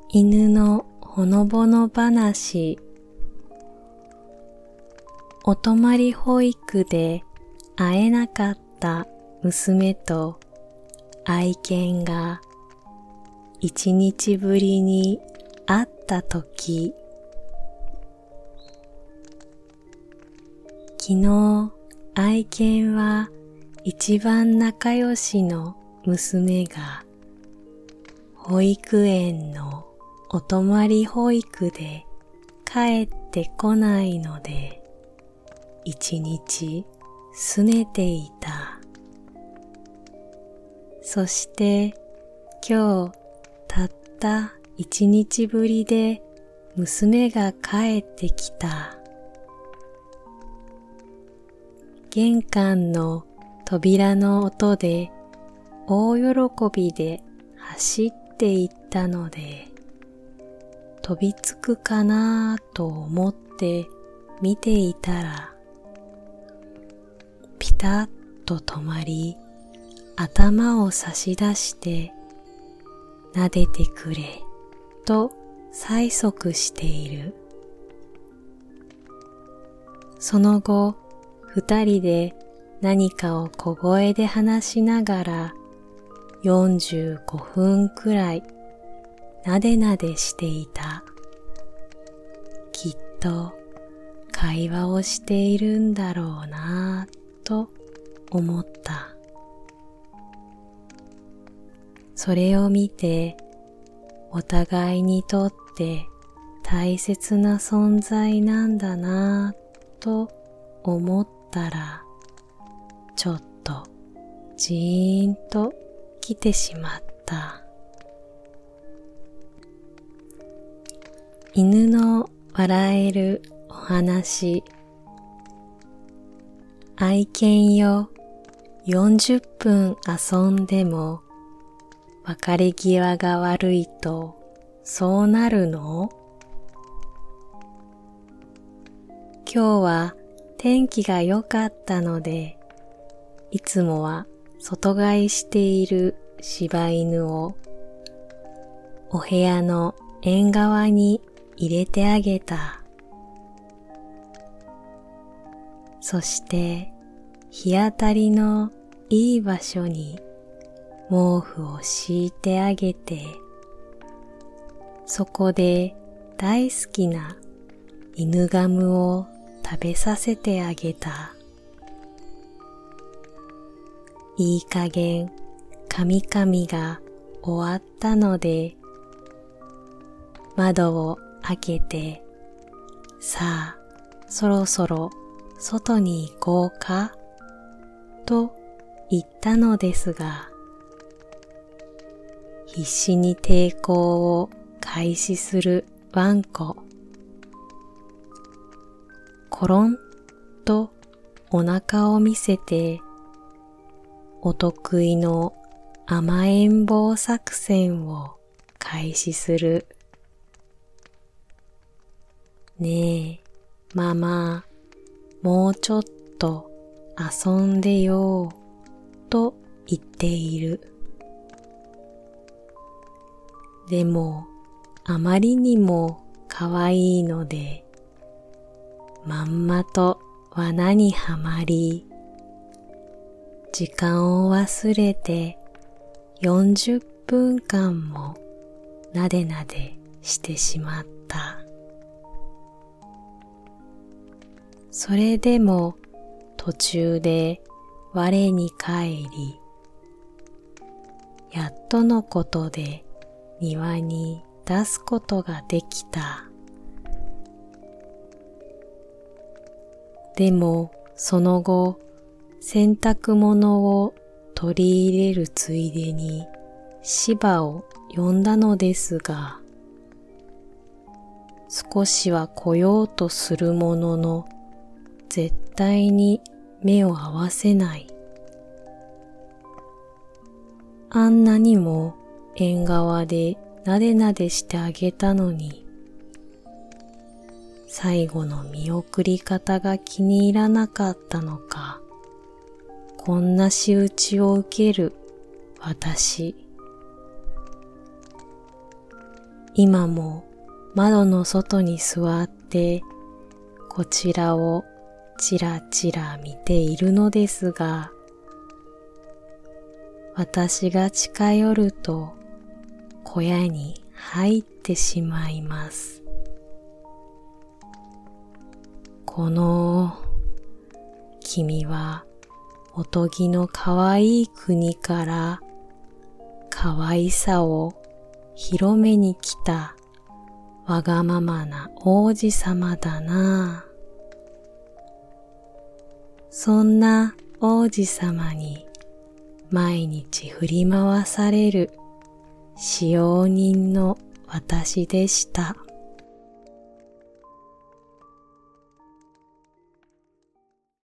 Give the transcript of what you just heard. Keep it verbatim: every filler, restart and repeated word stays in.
犬のほのぼの話。お泊まり保育で会えなかった娘と愛犬が一日ぶりに会ったとき、昨日愛犬は一番仲良しの娘が保育園のお泊まり保育で帰ってこないので一日拗ねていた。そして今日たった一日ぶりで娘が帰ってきた。玄関の扉の音で大喜びで走っていったので、飛びつくかなと思って見ていたら、ピタッと止まり、頭を差し出して撫でてくれと催促している。その後、二人で何かを小声で話しながらよんじゅうごふんくらいなでなでしていた。きっと会話をしているんだろうなぁと思った。それを見てお互いにとって大切な存在なんだなぁと思ったら、ちょっとジーンと来てしまった。犬の笑えるお話。愛犬よ、よんじゅっぷん遊んでも別れ際が悪いとそうなるの？今日は天気が良かったので、いつもは外飼いしている柴犬をお部屋の縁側に入れてあげた。そして日当たりのいい場所に毛布を敷いてあげて、そこで大好きな犬ガムを食べさせてあげた。いい加減カミカミが終わったので、窓を開けて、さあそろそろ外に行こうかと言ったのですが、必死に抵抗を開始するワンコ。コロンとお腹を見せて、お得意の甘えん坊作戦を開始する。ねえ、ママ、もうちょっと遊んでよ、と言っている。でも、あまりにも可愛いので、まんまと罠にはまり、時間を忘れてよんじゅっぷんかんもなでなでしてしまった。それでも途中で我に返り、やっとのことで庭に出すことができた。でもその後、洗濯物を取り入れるついでに芝を呼んだのですが、少しは来ようとするものの、絶対に目を合わせない。あんなにも縁側でなでなでしてあげたのに、最後の見送り方が気に入らなかったのか、こんな仕打ちを受ける私。 今も窓の外に座ってこちらをちらちら見ているのですが、私が近寄ると小屋に入ってしまいます。この君はおとぎのかわいい国からかわいさを広めに来たわがままな王子様だな。そんな王子様に毎日振り回される使用人の私でした。